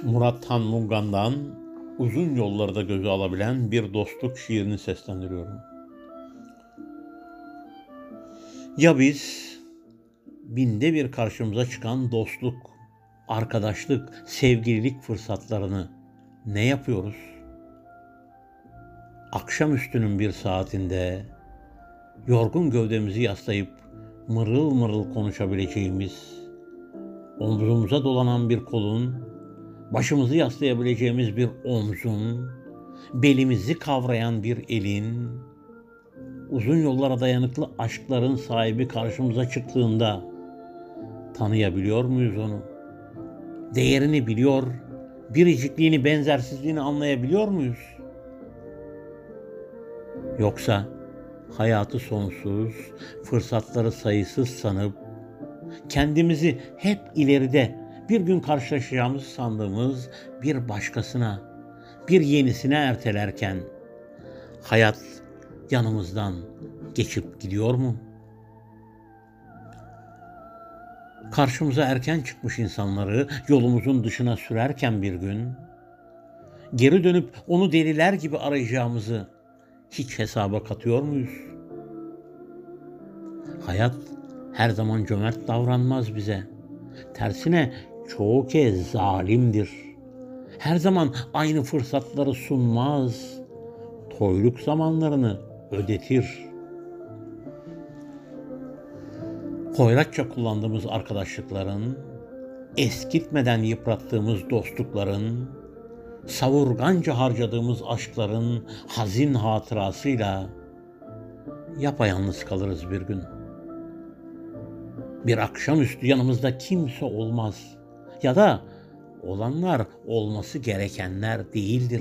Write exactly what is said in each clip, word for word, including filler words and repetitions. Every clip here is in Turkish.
Murat Han Mungan'dan uzun yollarda göze alabilen bir dostluk şiirini seslendiriyorum. Ya biz binde bir karşımıza çıkan dostluk, arkadaşlık, sevgililik fırsatlarını ne yapıyoruz? Akşamüstünün bir saatinde yorgun gövdemizi yaslayıp mırıl mırıl konuşabileceğimiz, omzumuza dolanan bir kolun, başımızı yaslayabileceğimiz bir omzun, belimizi kavrayan bir elin, uzun yollara dayanıklı aşkların sahibi karşımıza çıktığında tanıyabiliyor muyuz onu? Değerini biliyor, biricikliğini, benzersizliğini anlayabiliyor muyuz? Yoksa hayatı sonsuz, fırsatları sayısız sanıp kendimizi hep ileride bir gün karşılaşacağımızı sandığımız bir başkasına, bir yenisine ertelerken hayat yanımızdan geçip gidiyor mu? Karşımıza erken çıkmış insanları yolumuzun dışına sürerken bir gün geri dönüp onu deliler gibi arayacağımızı hiç hesaba katıyor muyuz? Hayat her zaman cömert davranmaz bize. Tersine çoğu kez zalimdir. Her zaman aynı fırsatları sunmaz. Toyluk zamanlarını ödetir. Hoyratça kullandığımız arkadaşlıkların, eskitmeden yıprattığımız dostlukların, savurganca harcadığımız aşkların hazin hatırasıyla yapayalnız kalırız bir gün. Bir akşamüstü yanımızda kimse olmaz ya da olanlar olması gerekenler değildir.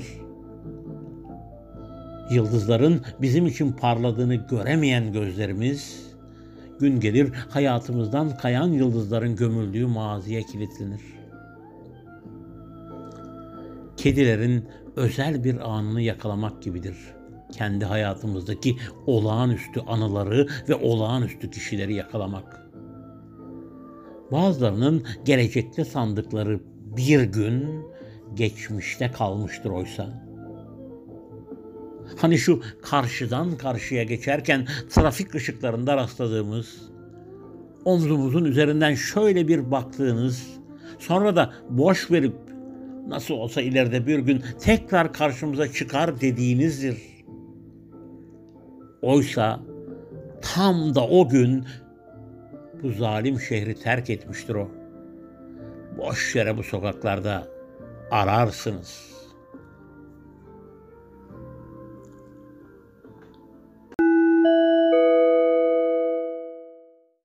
Yıldızların bizim için parladığını göremeyen gözlerimiz, gün gelir hayatımızdan kayan yıldızların gömüldüğü maziye kilitlenir. Kedilerin özel bir anını yakalamak gibidir. Kendi hayatımızdaki olağanüstü anıları ve olağanüstü kişileri yakalamak. Bazılarının gelecekte sandıkları bir gün geçmişte kalmıştır oysa. Hani şu karşıdan karşıya geçerken trafik ışıklarında rastladığımız, omzumuzun üzerinden şöyle bir baktığınız, sonra da boş verip nasıl olsa ileride bir gün tekrar karşımıza çıkar dediğinizdir. Oysa tam da o gün bu zalim şehri terk etmiştir o. Boş yere bu sokaklarda ararsınız.